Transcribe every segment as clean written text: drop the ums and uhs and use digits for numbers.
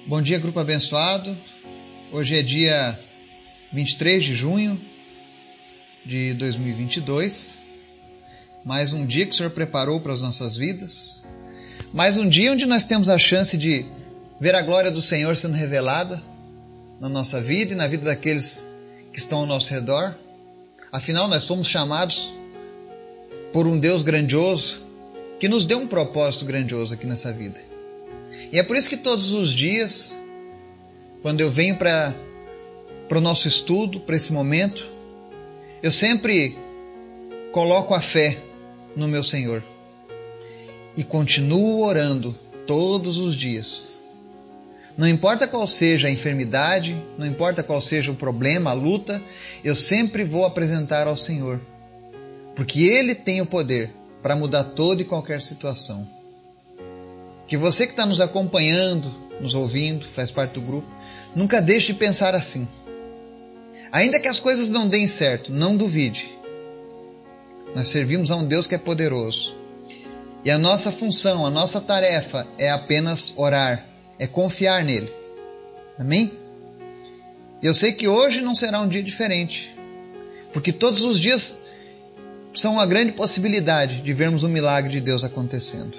Bom dia, grupo abençoado. Hoje é dia 23 de junho de 2022. Mais um dia que o Senhor preparou para as nossas vidas. Mais um dia onde nós temos a chance de ver a glória do Senhor sendo revelada na nossa vida e na vida daqueles que estão ao nosso redor. Afinal, nós somos chamados por um Deus grandioso que nos deu um propósito grandioso aqui nessa vida. E é por isso que todos os dias, quando eu venho para o nosso estudo, para esse momento, eu sempre coloco a fé no meu Senhor e continuo orando todos os dias. Não importa qual seja a enfermidade, não importa qual seja o problema, a luta, eu sempre vou apresentar ao Senhor, porque Ele tem o poder para mudar toda e qualquer situação. Que você que está nos acompanhando, nos ouvindo, faz parte do grupo, nunca deixe de pensar assim. Ainda que as coisas não deem certo, não duvide. Nós servimos a um Deus que é poderoso. E a nossa função, a nossa tarefa é apenas orar, é confiar nele. Amém? Eu sei que hoje não será um dia diferente, porque todos os dias são uma grande possibilidade de vermos o milagre de Deus acontecendo.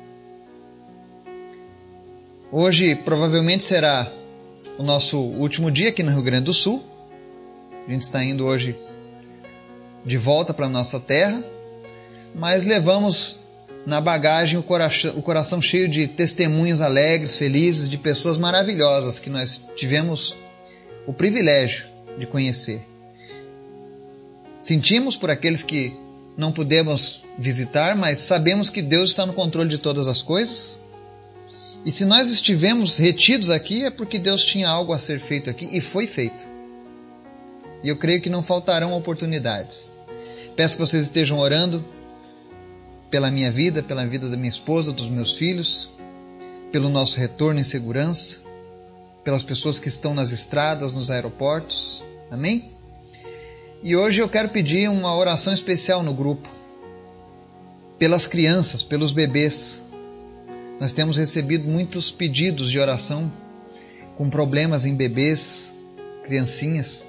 Hoje provavelmente será o nosso último dia aqui no Rio Grande do Sul. A gente está indo hoje de volta para a nossa terra, mas levamos na bagagem o coração cheio de testemunhos alegres, felizes, de pessoas maravilhosas que nós tivemos o privilégio de conhecer. Sentimos por aqueles que não pudemos visitar, mas sabemos que Deus está no controle de todas as coisas. E se nós estivemos retidos aqui, é porque Deus tinha algo a ser feito aqui e foi feito. E eu creio que não faltarão oportunidades. Peço que vocês estejam orando pela minha vida, pela vida da minha esposa, dos meus filhos, pelo nosso retorno em segurança, pelas pessoas que estão nas estradas, nos aeroportos. Amém? E hoje eu quero pedir uma oração especial no grupo, pelas crianças, pelos bebês. Nós temos recebido muitos pedidos de oração com problemas em bebês, criancinhas.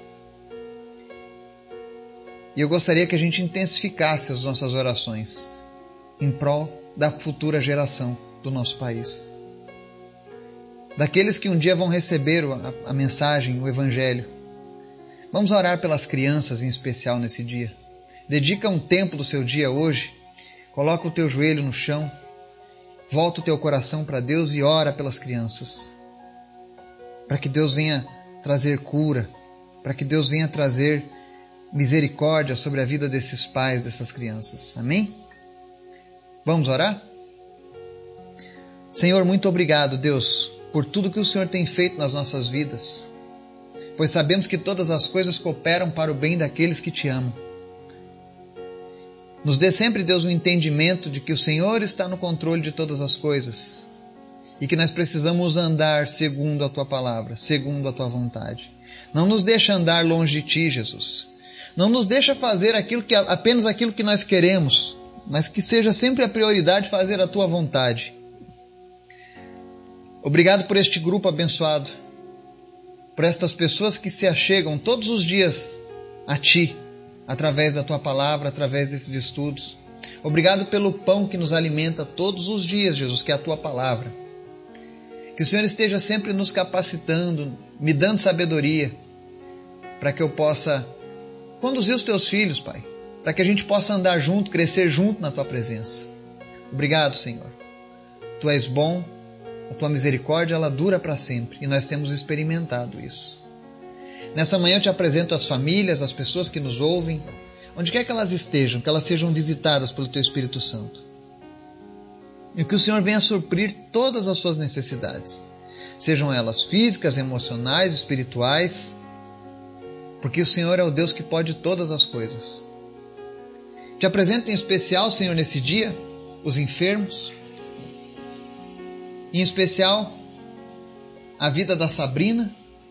E eu gostaria que a gente intensificasse as nossas orações em prol da futura geração do nosso país. Daqueles que um dia vão receber a mensagem, o Evangelho. Vamos orar pelas crianças em especial nesse dia. Dedica um tempo do seu dia hoje, coloca o teu joelho no chão, volta o teu coração para Deus e ora pelas crianças. Para que Deus venha trazer cura, para que Deus venha trazer misericórdia sobre a vida desses pais, dessas crianças. Amém? Vamos orar? Senhor, muito obrigado, Deus, por tudo que o Senhor tem feito nas nossas vidas, pois sabemos que todas as coisas cooperam para o bem daqueles que te amam. Nos dê sempre, Deus, um entendimento de que o Senhor está no controle de todas as coisas e que nós precisamos andar segundo a Tua palavra, segundo a Tua vontade. Não nos deixa andar longe de Ti, Jesus. Não nos deixa fazer apenas aquilo que nós queremos, mas que seja sempre a prioridade fazer a Tua vontade. Obrigado por este grupo abençoado, por estas pessoas que se achegam todos os dias a Ti, através da Tua palavra, através desses estudos. Obrigado pelo pão que nos alimenta todos os dias, Jesus, que é a Tua palavra. Que o Senhor esteja sempre nos capacitando, me dando sabedoria, para que eu possa conduzir os Teus filhos, Pai, para que a gente possa andar junto, crescer junto na Tua presença. Obrigado, Senhor. Tu és bom, a Tua misericórdia, ela dura para sempre, e nós temos experimentado isso. Nessa manhã eu te apresento as famílias, as pessoas que nos ouvem, onde quer que elas estejam, que elas sejam visitadas pelo Teu Espírito Santo. E que o Senhor venha suprir todas as suas necessidades, sejam elas físicas, emocionais, espirituais, porque o Senhor é o Deus que pode todas as coisas. Te apresento em especial, Senhor, nesse dia, os enfermos, em especial a vida da Sabrina,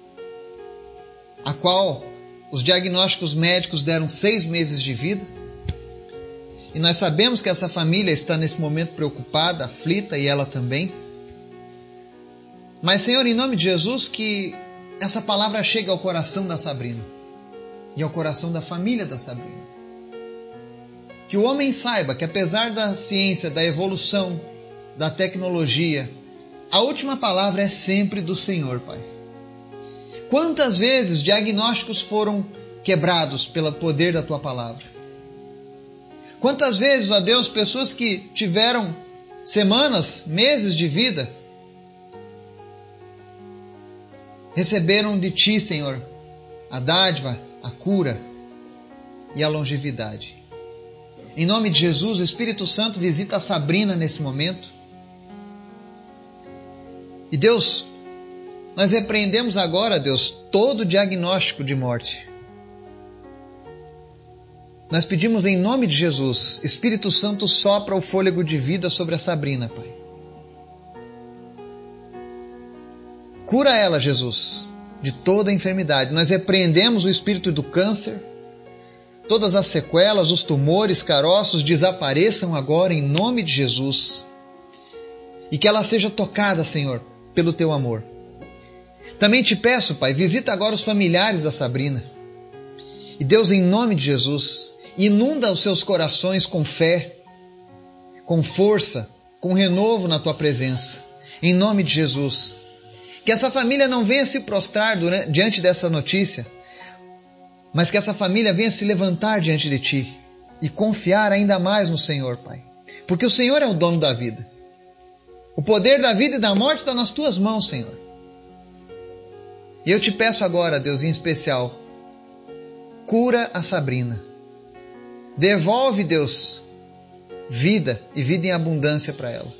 a qual os diagnósticos médicos deram 6 meses de vida. E nós sabemos que essa família está nesse momento preocupada, aflita, e ela também. Mas, Senhor, em nome de Jesus, que essa palavra chegue ao coração da Sabrina e ao coração da família da Sabrina. Que o homem saiba que, apesar da ciência, da evolução, da tecnologia, a última palavra é sempre do Senhor, Pai. Quantas vezes diagnósticos foram quebrados pelo poder da Tua palavra? Quantas vezes, ó Deus, pessoas que tiveram semanas, meses de vida, receberam de Ti, Senhor, a dádiva, a cura e a longevidade. Em nome de Jesus, o Espírito Santo visita a Sabrina nesse momento. E Deus, nós repreendemos agora, Deus, todo diagnóstico de morte. Nós pedimos em nome de Jesus, Espírito Santo, sopra o fôlego de vida sobre a Sabrina, Pai. Cura ela, Jesus, de toda a enfermidade. Nós repreendemos o espírito do câncer. Todas as sequelas, os tumores, caroços desapareçam agora em nome de Jesus. E que ela seja tocada, Senhor, pelo Teu amor. Também te peço, Pai, visita agora os familiares da Sabrina. E Deus, em nome de Jesus, inunda os seus corações com fé, com força, com renovo na Tua presença. Em nome de Jesus. Que essa família não venha se prostrar diante dessa notícia, mas que essa família venha se levantar diante de Ti e confiar ainda mais no Senhor, Pai. Porque o Senhor é o dono da vida. O poder da vida e da morte está nas Tuas mãos, Senhor. E eu te peço agora, Deus, em especial, cura a Sabrina. Devolve, Deus, vida e vida em abundância para ela.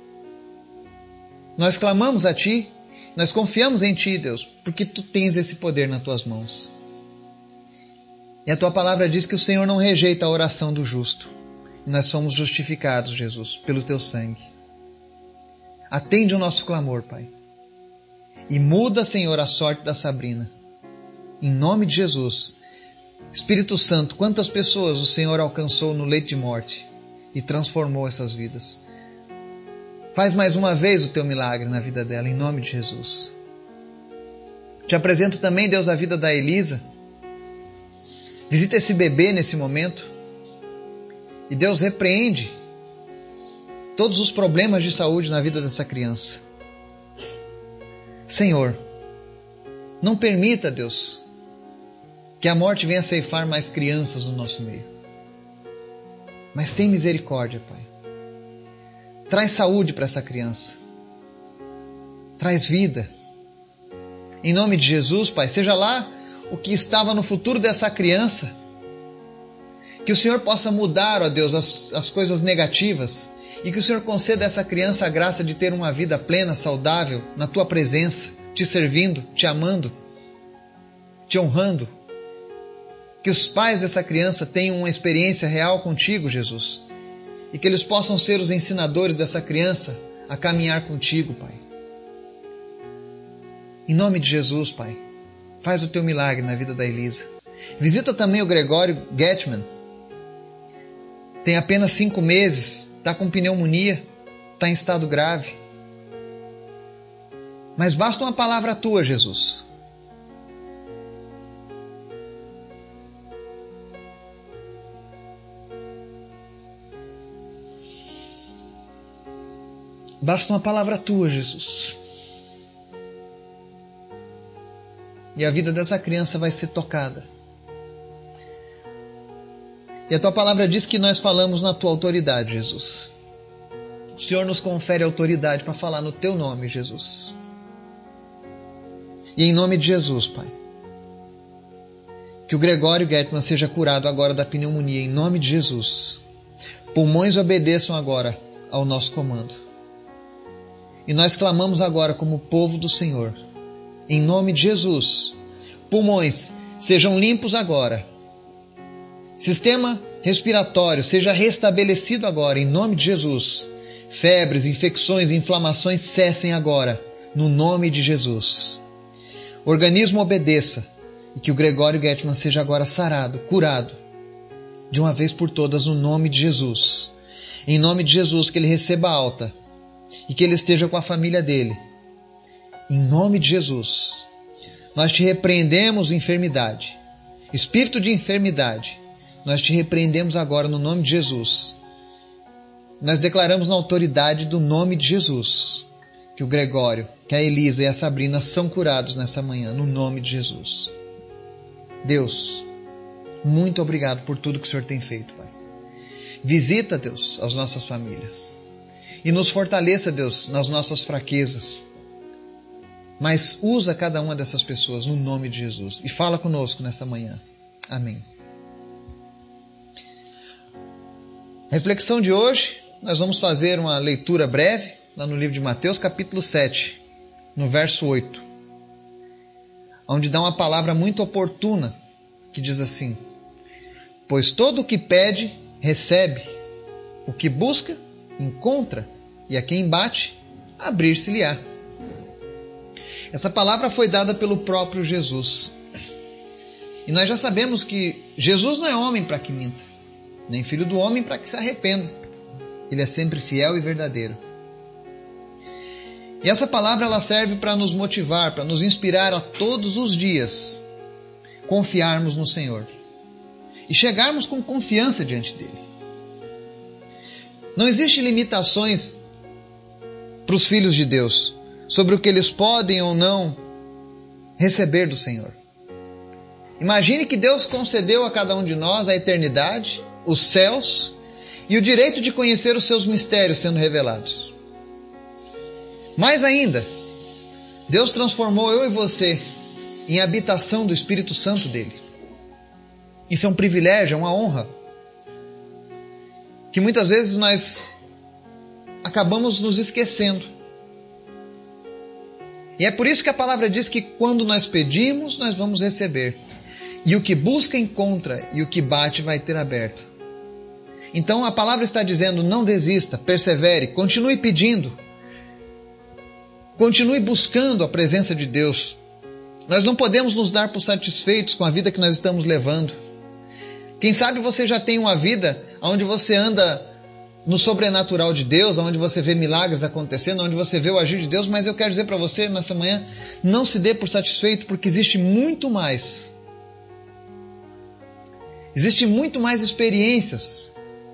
Nós clamamos a Ti, nós confiamos em Ti, Deus, porque Tu tens esse poder nas Tuas mãos. E a Tua palavra diz que o Senhor não rejeita a oração do justo. E nós somos justificados, Jesus, pelo Teu sangue. Atende o nosso clamor, Pai. E muda, Senhor, a sorte da Sabrina. Em nome de Jesus. Espírito Santo, quantas pessoas o Senhor alcançou no leito de morte e transformou essas vidas. Faz mais uma vez o Teu milagre na vida dela, em nome de Jesus. Te apresento também, Deus, a vida da Elisa. Visita esse bebê nesse momento. E Deus, repreende todos os problemas de saúde na vida dessa criança. Senhor, não permita, Deus, que a morte venha ceifar mais crianças no nosso meio. Mas tem misericórdia, Pai. Traz saúde para essa criança. Traz vida. Em nome de Jesus, Pai, seja lá o que estava no futuro dessa criança. Que o Senhor possa mudar, ó Deus, as coisas negativas. E que o Senhor conceda a essa criança a graça de ter uma vida plena, saudável, na Tua presença, Te servindo, Te amando, Te honrando. Que os pais dessa criança tenham uma experiência real contigo, Jesus. E que eles possam ser os ensinadores dessa criança a caminhar contigo, Pai. Em nome de Jesus, Pai, faz o Teu milagre na vida da Elisa. Visita também o Gregório Getman. Tem apenas 5 meses, está com pneumonia, está em estado grave. Mas basta uma palavra Tua, Jesus. Basta uma palavra Tua, Jesus. E a vida dessa criança vai ser tocada. E a Tua palavra diz que nós falamos na Tua autoridade, Jesus. O Senhor nos confere autoridade para falar no Teu nome, Jesus. E em nome de Jesus, Pai, que o Gregório Getman seja curado agora da pneumonia, em nome de Jesus. Pulmões obedeçam agora ao nosso comando. E nós clamamos agora como povo do Senhor, em nome de Jesus. Pulmões sejam limpos agora. Sistema respiratório seja restabelecido agora, em nome de Jesus. Febres, infecções, inflamações cessem agora, no nome de Jesus. O organismo obedeça e que o Gregório Getman seja agora sarado, curado, de uma vez por todas, no nome de Jesus. Em nome de Jesus, que ele receba alta e que ele esteja com a família dele. Em nome de Jesus, nós te repreendemos enfermidade. Espírito de enfermidade, nós te repreendemos agora no nome de Jesus. Nós declaramos na autoridade do nome de Jesus que o Gregório, que a Elisa e a Sabrina são curados nessa manhã, no nome de Jesus. Deus, muito obrigado por tudo que o Senhor tem feito, Pai. Visita, Deus, as nossas famílias e nos fortaleça, Deus, nas nossas fraquezas. Mas usa cada uma dessas pessoas no nome de Jesus e fala conosco nessa manhã. Amém. Reflexão de hoje, nós vamos fazer uma leitura breve lá no livro de Mateus, capítulo 7, no verso 8, onde dá uma palavra muito oportuna que diz assim: pois todo o que pede, recebe, o que busca, encontra, e a quem bate, abrir-se-lhe-á. Essa palavra foi dada pelo próprio Jesus. E nós já sabemos que Jesus não é homem para que minta, nem filho do homem para que se arrependa. Ele é sempre fiel e verdadeiro. E essa palavra ela serve para nos motivar, para nos inspirar a todos os dias confiarmos no Senhor e chegarmos com confiança diante dele. Não existem limitações para os filhos de Deus sobre o que eles podem ou não receber do Senhor. Imagine que Deus concedeu a cada um de nós a eternidade, os céus e o direito de conhecer os seus mistérios sendo revelados. Mais ainda, Deus transformou eu e você em habitação do Espírito Santo dele. Isso é um privilégio, é uma honra, que muitas vezes nós acabamos nos esquecendo. E é por isso que a palavra diz que quando nós pedimos, nós vamos receber. E o que busca, encontra, e o que bate, vai ter aberto. Então a palavra está dizendo, não desista, persevere, continue pedindo. Continue buscando a presença de Deus. Nós não podemos nos dar por satisfeitos com a vida que nós estamos levando. Quem sabe você já tem uma vida onde você anda no sobrenatural de Deus, onde você vê milagres acontecendo, onde você vê o agir de Deus, mas eu quero dizer para você nessa manhã, não se dê por satisfeito, porque existe muito mais. Existem muito mais experiências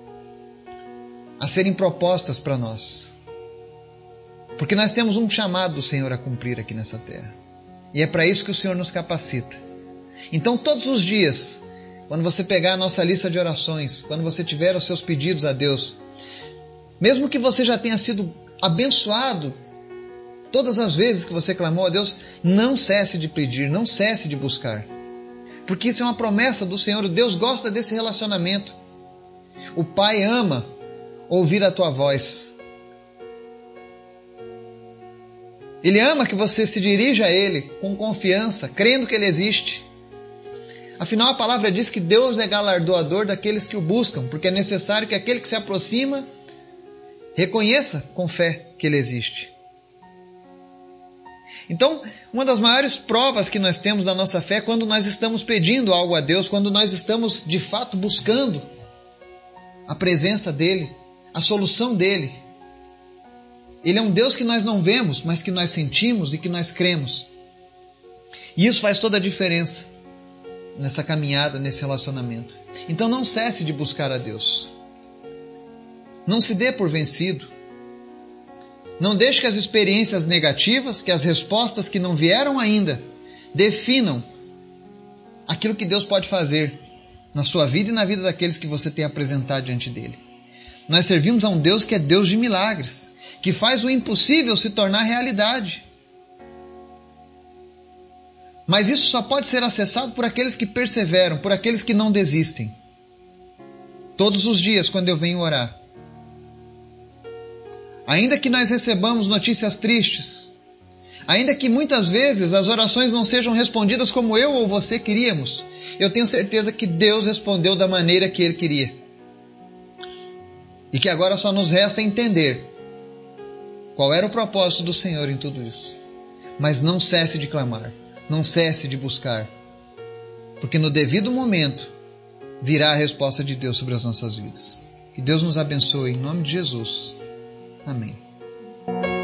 a serem propostas para nós. Porque nós temos um chamado do Senhor a cumprir aqui nessa terra. E é para isso que o Senhor nos capacita. Então todos os dias, quando você pegar a nossa lista de orações, quando você tiver os seus pedidos a Deus, mesmo que você já tenha sido abençoado todas as vezes que você clamou a Deus, não cesse de pedir, não cesse de buscar. Porque isso é uma promessa do Senhor. Deus gosta desse relacionamento. O Pai ama ouvir a tua voz. Ele ama que você se dirija a Ele com confiança, crendo que Ele existe. Afinal, a palavra diz que Deus é galardoador daqueles que o buscam, porque é necessário que aquele que se aproxima reconheça com fé que Ele existe. Então, uma das maiores provas que nós temos da nossa fé é quando nós estamos pedindo algo a Deus, quando nós estamos de fato buscando a presença dEle, a solução dEle. Ele é um Deus que nós não vemos, mas que nós sentimos e que nós cremos. E isso faz toda a diferença nessa caminhada, nesse relacionamento. Então não cesse de buscar a Deus. Não se dê por vencido. Não deixe que as experiências negativas, que as respostas que não vieram ainda, definam aquilo que Deus pode fazer na sua vida e na vida daqueles que você tem apresentado diante dele. Nós servimos a um Deus que é Deus de milagres, que faz o impossível se tornar realidade. Mas isso só pode ser acessado por aqueles que perseveram, por aqueles que não desistem. Todos os dias, quando eu venho orar, ainda que nós recebamos notícias tristes, ainda que muitas vezes as orações não sejam respondidas como eu ou você queríamos, eu tenho certeza que Deus respondeu da maneira que Ele queria. E que agora só nos resta entender qual era o propósito do Senhor em tudo isso. Mas não cesse de clamar, não cesse de buscar, porque no devido momento virá a resposta de Deus sobre as nossas vidas. Que Deus nos abençoe em nome de Jesus. Amém.